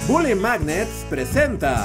Bully Magnets presenta.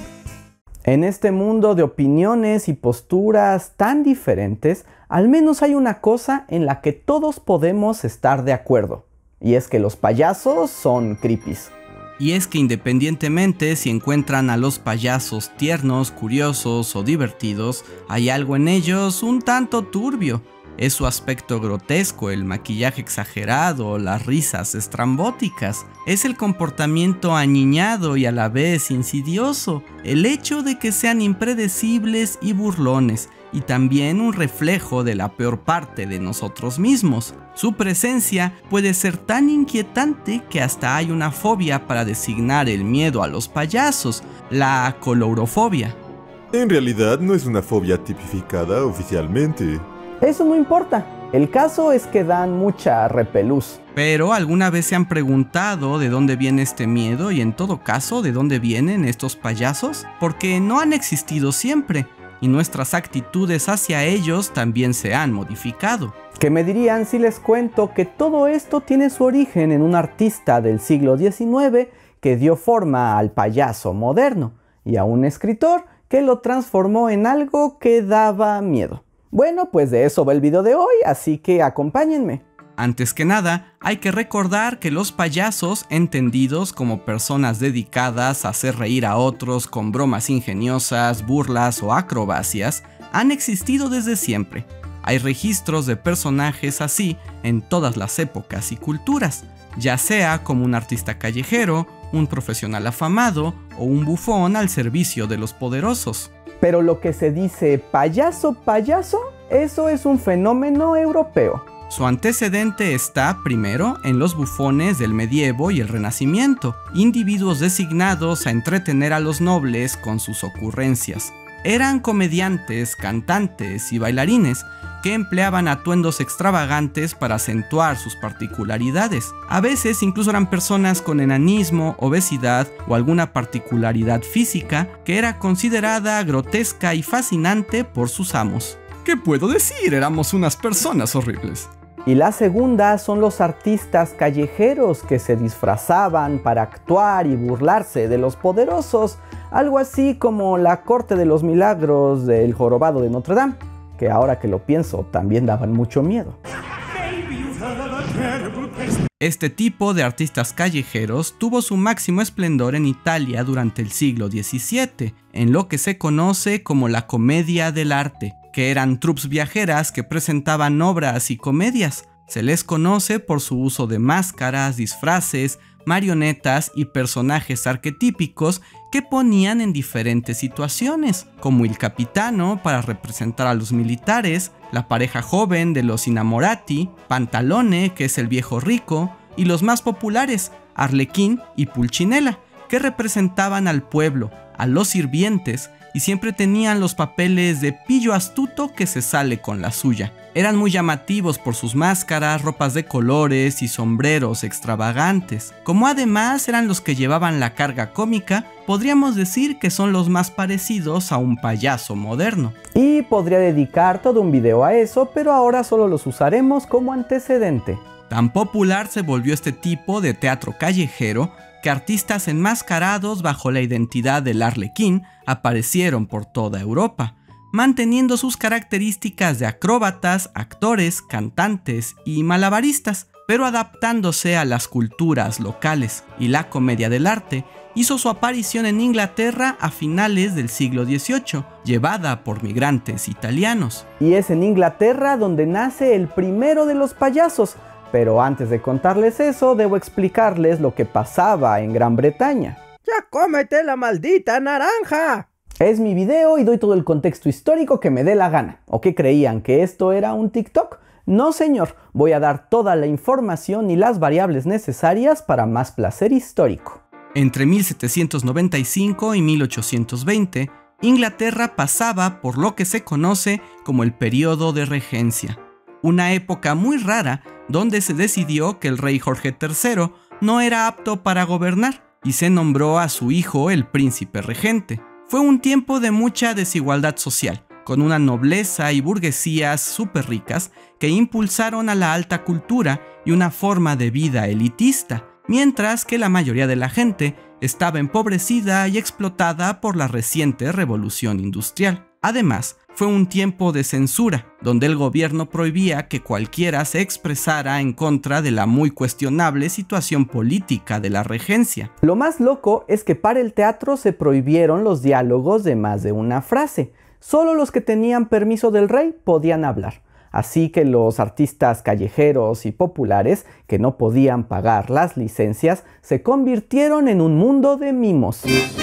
En este mundo de opiniones y posturas tan diferentes, al menos hay una cosa en la que todos podemos estar de acuerdo. Y es que los payasos son creepies. Y es que independientemente si encuentran a los payasos tiernos, curiosos o divertidos, hay algo en ellos un tanto turbio. Es su aspecto grotesco, el maquillaje exagerado, las risas estrambóticas. Es el comportamiento añiñado y a la vez insidioso. El hecho de que sean impredecibles y burlones. Y también un reflejo de la peor parte de nosotros mismos. Su presencia puede ser tan inquietante que hasta hay una fobia para designar el miedo a los payasos, la colourofobia. En realidad no es una fobia tipificada oficialmente. Eso no importa, el caso es que dan mucha repelús. Pero ¿alguna vez se han preguntado de dónde viene este miedo y en todo caso de dónde vienen estos payasos? Porque no han existido siempre. Y nuestras actitudes hacia ellos también se han modificado. ¿Qué me dirían si les cuento que todo esto tiene su origen en un artista del siglo XIX que dio forma al payaso moderno y a un escritor que lo transformó en algo que daba miedo? Bueno, pues de eso va el video de hoy, así que acompáñenme. Antes que nada, hay que recordar que los payasos, entendidos como personas dedicadas a hacer reír a otros con bromas ingeniosas, burlas o acrobacias, han existido desde siempre. Hay registros de personajes así en todas las épocas y culturas, ya sea como un artista callejero, un profesional afamado o un bufón al servicio de los poderosos. Pero lo que se dice payaso, eso es un fenómeno europeo. Su antecedente está, primero, en los bufones del medievo y el Renacimiento, individuos designados a entretener a los nobles con sus ocurrencias. Eran comediantes, cantantes y bailarines que empleaban atuendos extravagantes para acentuar sus particularidades. A veces incluso eran personas con enanismo, obesidad o alguna particularidad física que era considerada grotesca y fascinante por sus amos. ¿Qué puedo decir? Éramos unas personas horribles. Y la segunda son los artistas callejeros que se disfrazaban para actuar y burlarse de los poderosos, algo así como la corte de los milagros del jorobado de Notre Dame, que ahora que lo pienso también daban mucho miedo. Este tipo de artistas callejeros tuvo su máximo esplendor en Italia durante el siglo XVII, en lo que se conoce como la comedia del arte, que eran troupes viajeras que presentaban obras y comedias. Se les conoce por su uso de máscaras, disfraces, marionetas y personajes arquetípicos que ponían en diferentes situaciones, como il capitano para representar a los militares, la pareja joven de los innamorati, Pantalone, que es el viejo rico, y los más populares, Arlequín y Pulcinella, que representaban al pueblo, a los sirvientes, y siempre tenían los papeles de pillo astuto que se sale con la suya. Eran muy llamativos por sus máscaras, ropas de colores y sombreros extravagantes. Como además eran los que llevaban la carga cómica, podríamos decir que son los más parecidos a un payaso moderno. Y podría dedicar todo un video a eso, pero ahora solo los usaremos como antecedente. Tan popular se volvió este tipo de teatro callejero que artistas enmascarados bajo la identidad del Arlequín aparecieron por toda Europa, manteniendo sus características de acróbatas, actores, cantantes y malabaristas, pero adaptándose a las culturas locales. Y la comedia del arte hizo su aparición en Inglaterra a finales del siglo XVIII, llevada por migrantes italianos. Y es en Inglaterra donde nace el primero de los payasos. Pero antes de contarles eso, debo explicarles lo que pasaba en Gran Bretaña. ¡Ya cómete la maldita naranja! Es mi video y doy todo el contexto histórico que me dé la gana. ¿O qué creían? ¿Que esto era un TikTok? No señor, voy a dar toda la información y las variables necesarias para más placer histórico. Entre 1795 y 1820, Inglaterra pasaba por lo que se conoce como el periodo de regencia. Una época muy rara donde se decidió que el rey Jorge III no era apto para gobernar y se nombró a su hijo el príncipe regente. Fue un tiempo de mucha desigualdad social, con una nobleza y burguesías súper ricas que impulsaron a la alta cultura y una forma de vida elitista, mientras que la mayoría de la gente estaba empobrecida y explotada por la reciente revolución industrial. Además, fue un tiempo de censura, donde el gobierno prohibía que cualquiera se expresara en contra de la muy cuestionable situación política de la regencia. Lo más loco es que para el teatro se prohibieron los diálogos de más de una frase. Solo los que tenían permiso del rey podían hablar. Así que los artistas callejeros y populares que no podían pagar las licencias se convirtieron en un mundo de mimos.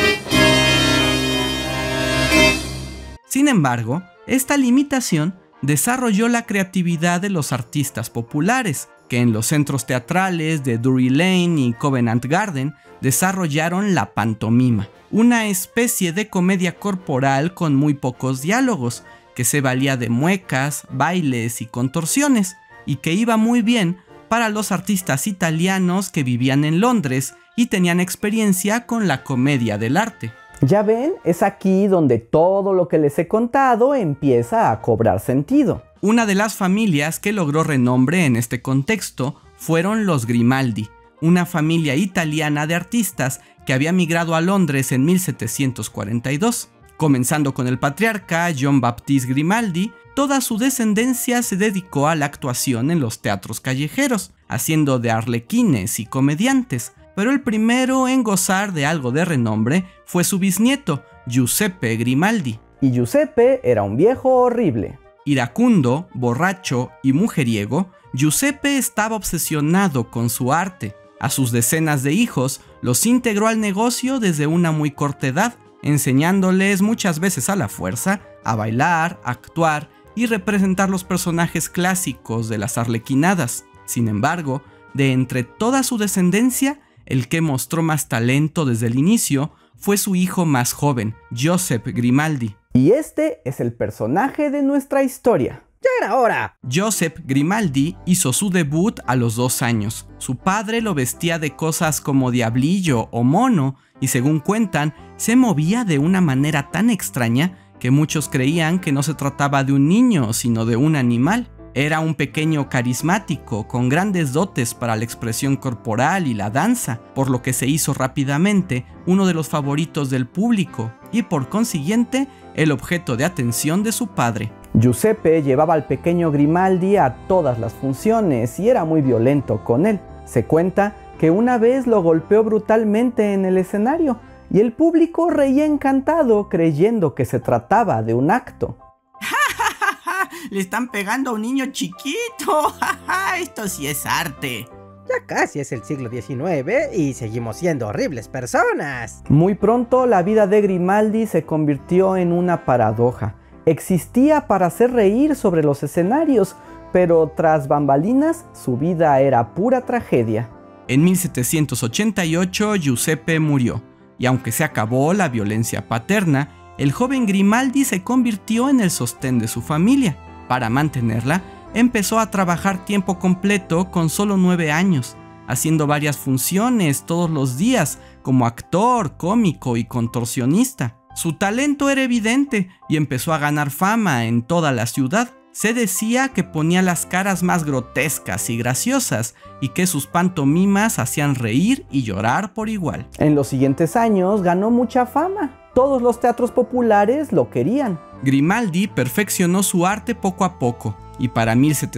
Sin embargo, esta limitación desarrolló la creatividad de los artistas populares, que en los centros teatrales de Drury Lane y Covent Garden desarrollaron la pantomima, una especie de comedia corporal con muy pocos diálogos, que se valía de muecas, bailes y contorsiones, y que iba muy bien para los artistas italianos que vivían en Londres y tenían experiencia con la comedia del arte. Ya ven, es aquí donde todo lo que les he contado empieza a cobrar sentido. Una de las familias que logró renombre en este contexto fueron los Grimaldi, una familia italiana de artistas que había migrado a Londres en 1742. Comenzando con el patriarca John Baptiste Grimaldi, toda su descendencia se dedicó a la actuación en los teatros callejeros, haciendo de arlequines y comediantes, pero el primero en gozar de algo de renombre fue su bisnieto, Giuseppe Grimaldi. Y Giuseppe era un viejo horrible. Iracundo, borracho y mujeriego, Giuseppe estaba obsesionado con su arte. A sus decenas de hijos los integró al negocio desde una muy corta edad, enseñándoles muchas veces a la fuerza a bailar, actuar y representar los personajes clásicos de las arlequinadas. Sin embargo, de entre toda su descendencia, el que mostró más talento desde el inicio fue su hijo más joven, Joseph Grimaldi. Y este es el personaje de nuestra historia. ¡Ya era hora! Joseph Grimaldi hizo su debut a los 2 años. Su padre lo vestía de cosas como diablillo o mono y, según cuentan, se movía de una manera tan extraña que muchos creían que no se trataba de un niño, sino de un animal. Era un pequeño carismático con grandes dotes para la expresión corporal y la danza, por lo que se hizo rápidamente uno de los favoritos del público y, por consiguiente, el objeto de atención de su padre. Giuseppe llevaba al pequeño Grimaldi a todas las funciones y era muy violento con él. Se cuenta que una vez lo golpeó brutalmente en el escenario y el público reía encantado creyendo que se trataba de un acto. Le están pegando a un niño chiquito. Esto sí es arte. Ya casi es el siglo XIX y seguimos siendo horribles personas. Muy pronto la vida de Grimaldi se convirtió en una paradoja. Existía para hacer reír sobre los escenarios, pero tras bambalinas su vida era pura tragedia. En 1788 Giuseppe murió, y aunque se acabó la violencia paterna, el joven Grimaldi se convirtió en el sostén de su familia. Para mantenerla, empezó a trabajar tiempo completo con solo 9 años, haciendo varias funciones todos los días como actor, cómico y contorsionista. Su talento era evidente y empezó a ganar fama en toda la ciudad. Se decía que ponía las caras más grotescas y graciosas y que sus pantomimas hacían reír y llorar por igual. En los siguientes años ganó mucha fama. Todos los teatros populares lo querían. Grimaldi perfeccionó su arte poco a poco y para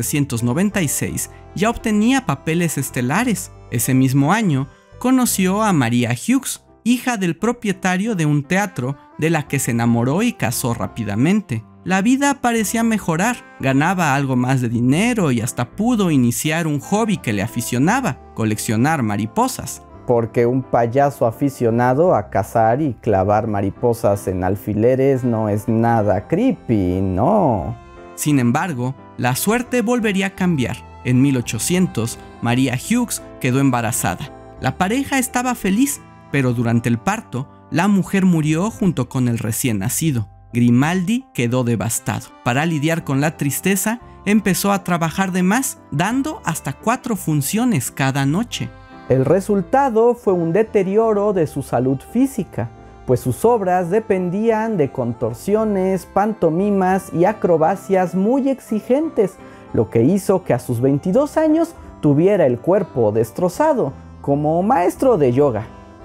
1796 ya obtenía papeles estelares. Ese mismo año conoció a Maria Hughes, hija del propietario de un teatro de la que se enamoró y casó rápidamente. La vida parecía mejorar, ganaba algo más de dinero y hasta pudo iniciar un hobby que le aficionaba, coleccionar mariposas. Porque un payaso aficionado a cazar y clavar mariposas en alfileres no es nada creepy, no. Sin embargo, la suerte volvería a cambiar. En 1800, Maria Hughes quedó embarazada. La pareja estaba feliz, pero durante el parto, la mujer murió junto con el recién nacido. Grimaldi quedó devastado. Para lidiar con la tristeza, empezó a trabajar de más, dando hasta 4 funciones cada noche. El resultado fue un deterioro de su salud física, pues sus obras dependían de contorsiones, pantomimas y acrobacias muy exigentes, lo que hizo que a sus 22 años tuviera el cuerpo destrozado, como maestro de yoga.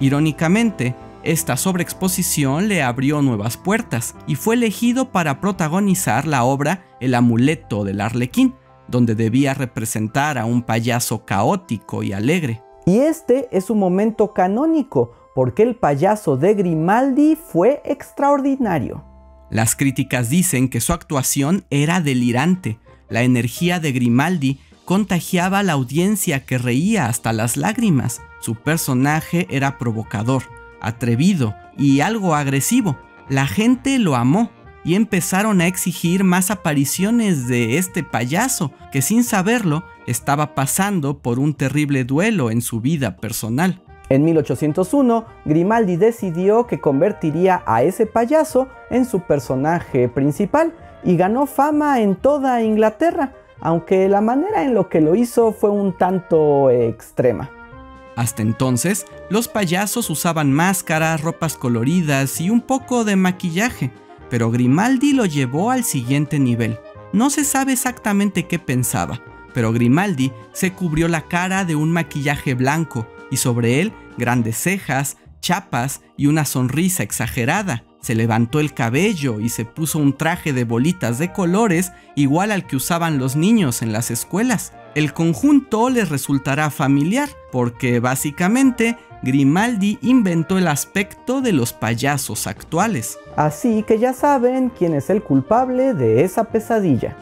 Irónicamente, esta sobreexposición le abrió nuevas puertas y fue elegido para protagonizar la obra El amuleto del Arlequín, donde debía representar a un payaso caótico y alegre. Y este es un momento canónico, porque el payaso de Grimaldi fue extraordinario. Las críticas dicen que su actuación era delirante. La energía de Grimaldi contagiaba a la audiencia, que reía hasta las lágrimas. Su personaje era provocador, atrevido y algo agresivo. La gente lo amó y empezaron a exigir más apariciones de este payaso, que sin saberlo estaba pasando por un terrible duelo en su vida personal. En 1801, Grimaldi decidió que convertiría a ese payaso en su personaje principal y ganó fama en toda Inglaterra, aunque la manera en lo que lo hizo fue un tanto extrema. Hasta entonces, los payasos usaban máscaras, ropas coloridas y un poco de maquillaje, pero Grimaldi lo llevó al siguiente nivel. No se sabe exactamente qué pensaba, pero Grimaldi se cubrió la cara de un maquillaje blanco y sobre él grandes cejas, chapas y una sonrisa exagerada. Se levantó el cabello y se puso un traje de bolitas de colores igual al que usaban los niños en las escuelas. El conjunto les resultará familiar porque básicamente Grimaldi inventó el aspecto de los payasos actuales. Así que ya saben quién es el culpable de esa pesadilla.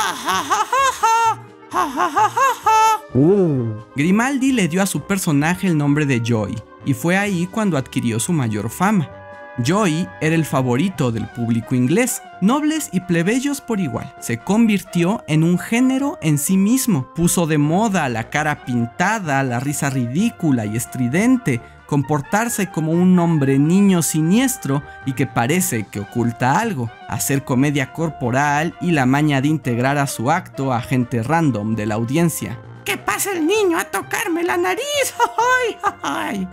Grimaldi le dio a su personaje el nombre de Joey, y fue ahí cuando adquirió su mayor fama. Joey era el favorito del público inglés, nobles y plebeyos por igual. Se convirtió en un género en sí mismo. Puso de moda la cara pintada, la risa ridícula y estridente, comportarse como un hombre niño siniestro y que parece que oculta algo, hacer comedia corporal y la maña de integrar a su acto a gente random de la audiencia. ¡Que pase el niño a tocarme la nariz! ¡Ay!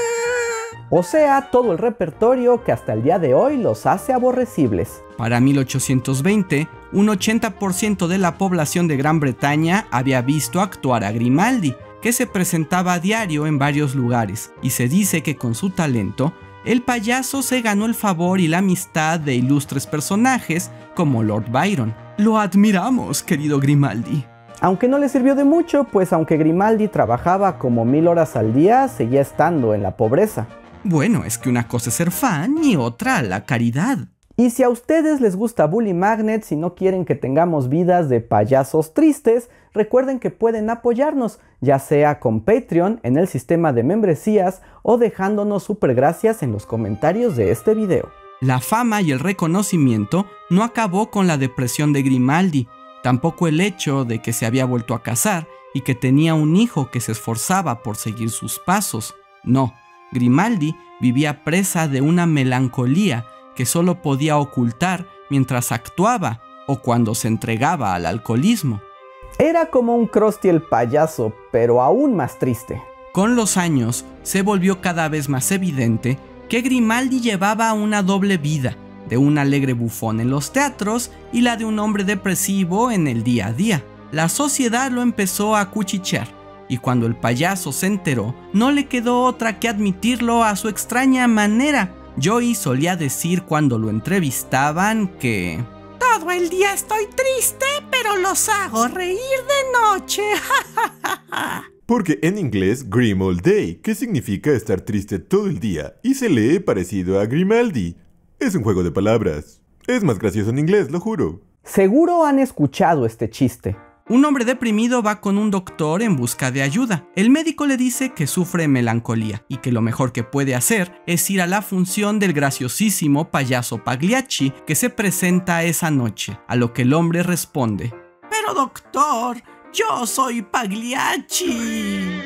O sea, todo el repertorio que hasta el día de hoy los hace aborrecibles. Para 1820, un 80% de la población de Gran Bretaña había visto actuar a Grimaldi, que se presentaba a diario en varios lugares, y se dice que con su talento, el payaso se ganó el favor y la amistad de ilustres personajes como Lord Byron. Lo admiramos, querido Grimaldi. Aunque no le sirvió de mucho, pues aunque Grimaldi trabajaba como 1000 horas al día, seguía estando en la pobreza. Bueno, es que una cosa es ser fan y otra la caridad. Y si a ustedes les gusta Bully Magnets y no quieren que tengamos vidas de payasos tristes, recuerden que pueden apoyarnos, ya sea con Patreon en el sistema de membresías o dejándonos super gracias en los comentarios de este video. La fama y el reconocimiento no acabó con la depresión de Grimaldi, tampoco el hecho de que se había vuelto a casar y que tenía un hijo que se esforzaba por seguir sus pasos. No, Grimaldi vivía presa de una melancolía que solo podía ocultar mientras actuaba o cuando se entregaba al alcoholismo. Era como un Krusty el payaso, pero aún más triste. Con los años, se volvió cada vez más evidente que Grimaldi llevaba una doble vida, de un alegre bufón en los teatros y la de un hombre depresivo en el día a día. La sociedad lo empezó a acuchichear, y cuando el payaso se enteró, no le quedó otra que admitirlo a su extraña manera. Joey solía decir cuando lo entrevistaban que todo el día estoy triste, pero los hago reír de noche. Porque en inglés Grim all day, que significa estar triste todo el día, y se lee parecido a Grimaldi. Es un juego de palabras. Es más gracioso en inglés, lo juro. Seguro han escuchado este chiste. Un hombre deprimido va con un doctor en busca de ayuda. El médico le dice que sufre melancolía y que lo mejor que puede hacer es ir a la función del graciosísimo payaso Pagliacci que se presenta esa noche, a lo que el hombre responde: «Pero doctor, yo soy Pagliacci».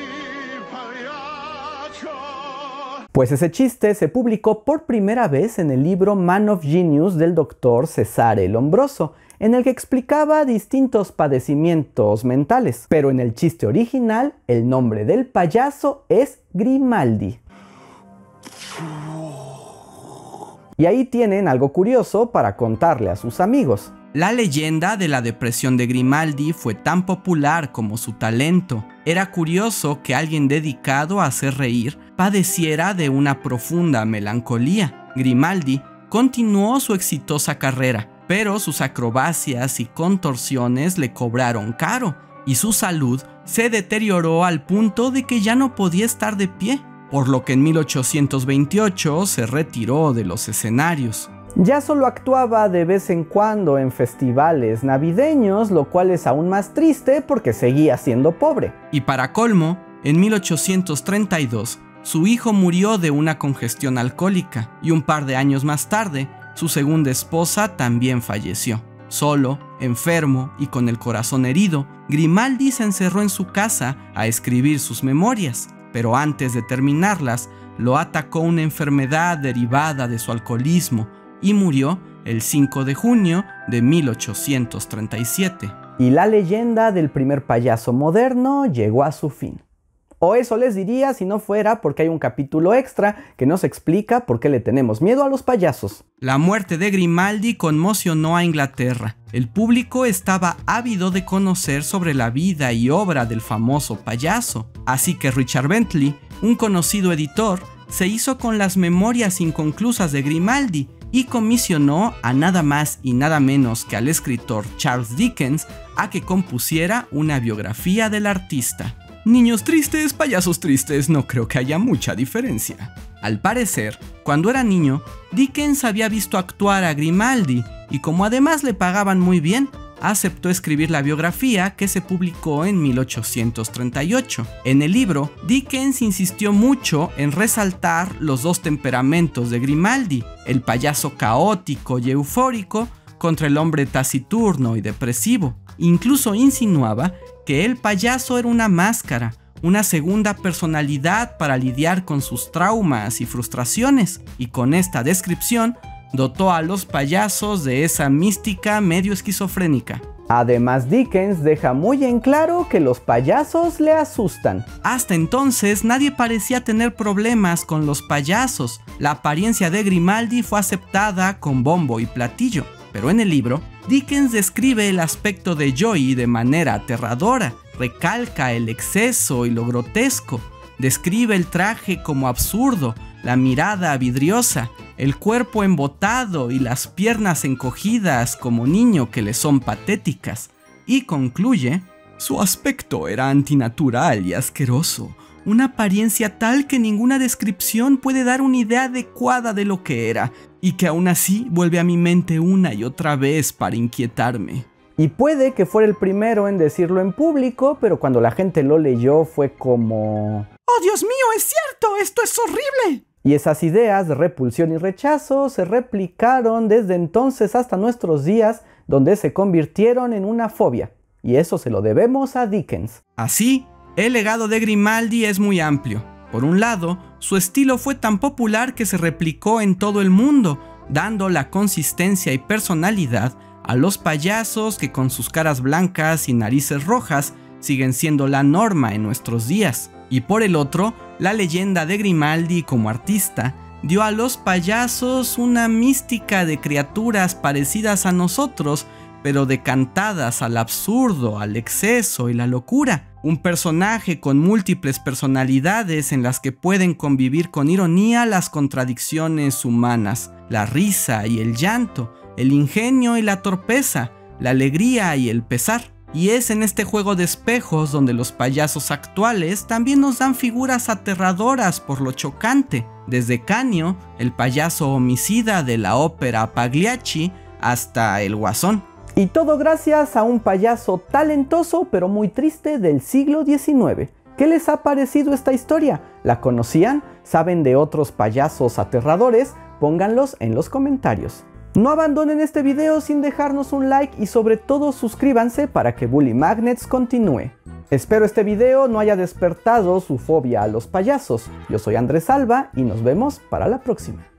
Pues ese chiste se publicó por primera vez en el libro Man of Genius del doctor Cesare Lombroso, en el que explicaba distintos padecimientos mentales. Pero en el chiste original, el nombre del payaso es Grimaldi. Y ahí tienen algo curioso para contarle a sus amigos. La leyenda de la depresión de Grimaldi fue tan popular como su talento. Era curioso que alguien dedicado a hacer reír padeciera de una profunda melancolía. Grimaldi continuó su exitosa carrera, pero sus acrobacias y contorsiones le cobraron caro, y su salud se deterioró al punto de que ya no podía estar de pie, por lo que en 1828 se retiró de los escenarios. Ya solo actuaba de vez en cuando en festivales navideños, lo cual es aún más triste porque seguía siendo pobre. Y para colmo, en 1832, su hijo murió de una congestión alcohólica, y un par de años más tarde, su segunda esposa también falleció. Solo, enfermo y con el corazón herido, Grimaldi se encerró en su casa a escribir sus memorias, pero antes de terminarlas, lo atacó una enfermedad derivada de su alcoholismo y murió el 5 de junio de 1837. Y la leyenda del primer payaso moderno llegó a su fin. O eso les diría si no fuera porque hay un capítulo extra que nos explica por qué le tenemos miedo a los payasos. La muerte de Grimaldi conmocionó a Inglaterra. El público estaba ávido de conocer sobre la vida y obra del famoso payaso. Así que Richard Bentley, un conocido editor, se hizo con las memorias inconclusas de Grimaldi y comisionó a nada más y nada menos que al escritor Charles Dickens a que compusiera una biografía del artista. Niños tristes, payasos tristes, no creo que haya mucha diferencia. Al parecer, cuando era niño, Dickens había visto actuar a Grimaldi y como además le pagaban muy bien, aceptó escribir la biografía que se publicó en 1838. En el libro, Dickens insistió mucho en resaltar los dos temperamentos de Grimaldi, el payaso caótico y eufórico contra el hombre taciturno y depresivo. Incluso insinuaba que el payaso era una máscara, una segunda personalidad para lidiar con sus traumas y frustraciones, y con esta descripción dotó a los payasos de esa mística medio esquizofrénica. Además, Dickens deja muy en claro que los payasos le asustan. Hasta entonces nadie parecía tener problemas con los payasos. La apariencia de Grimaldi fue aceptada con bombo y platillo, pero en el libro, Dickens describe el aspecto de Joey de manera aterradora, recalca el exceso y lo grotesco, describe el traje como absurdo, la mirada vidriosa, el cuerpo embotado y las piernas encogidas como niño que le son patéticas, y concluye: su aspecto era antinatural y asqueroso, una apariencia tal que ninguna descripción puede dar una idea adecuada de lo que era, y que aún así vuelve a mi mente una y otra vez para inquietarme. Y puede que fuera el primero en decirlo en público, pero cuando la gente lo leyó fue como... ¡Oh, Dios mío, es cierto! ¡Esto es horrible! Y esas ideas de repulsión y rechazo se replicaron desde entonces hasta nuestros días, donde se convirtieron en una fobia. Y eso se lo debemos a Dickens. Así, el legado de Grimaldi es muy amplio. Por un lado, su estilo fue tan popular que se replicó en todo el mundo, dando la consistencia y personalidad a los payasos que con sus caras blancas y narices rojas siguen siendo la norma en nuestros días. Y por el otro, la leyenda de Grimaldi como artista dio a los payasos una mística de criaturas parecidas a nosotros, pero decantadas al absurdo, al exceso y la locura. Un personaje con múltiples personalidades en las que pueden convivir con ironía las contradicciones humanas, la risa y el llanto, el ingenio y la torpeza, la alegría y el pesar. Y es en este juego de espejos donde los payasos actuales también nos dan figuras aterradoras por lo chocante, desde Canio, el payaso homicida de la ópera Pagliacci, hasta el Guasón. Y todo gracias a un payaso talentoso pero muy triste del siglo XIX. ¿Qué les ha parecido esta historia? ¿La conocían? ¿Saben de otros payasos aterradores? Pónganlos en los comentarios. No abandonen este video sin dejarnos un like y sobre todo suscríbanse para que Bully Magnets continúe. Espero este video no haya despertado su fobia a los payasos. Yo soy Andrés Alba y nos vemos para la próxima.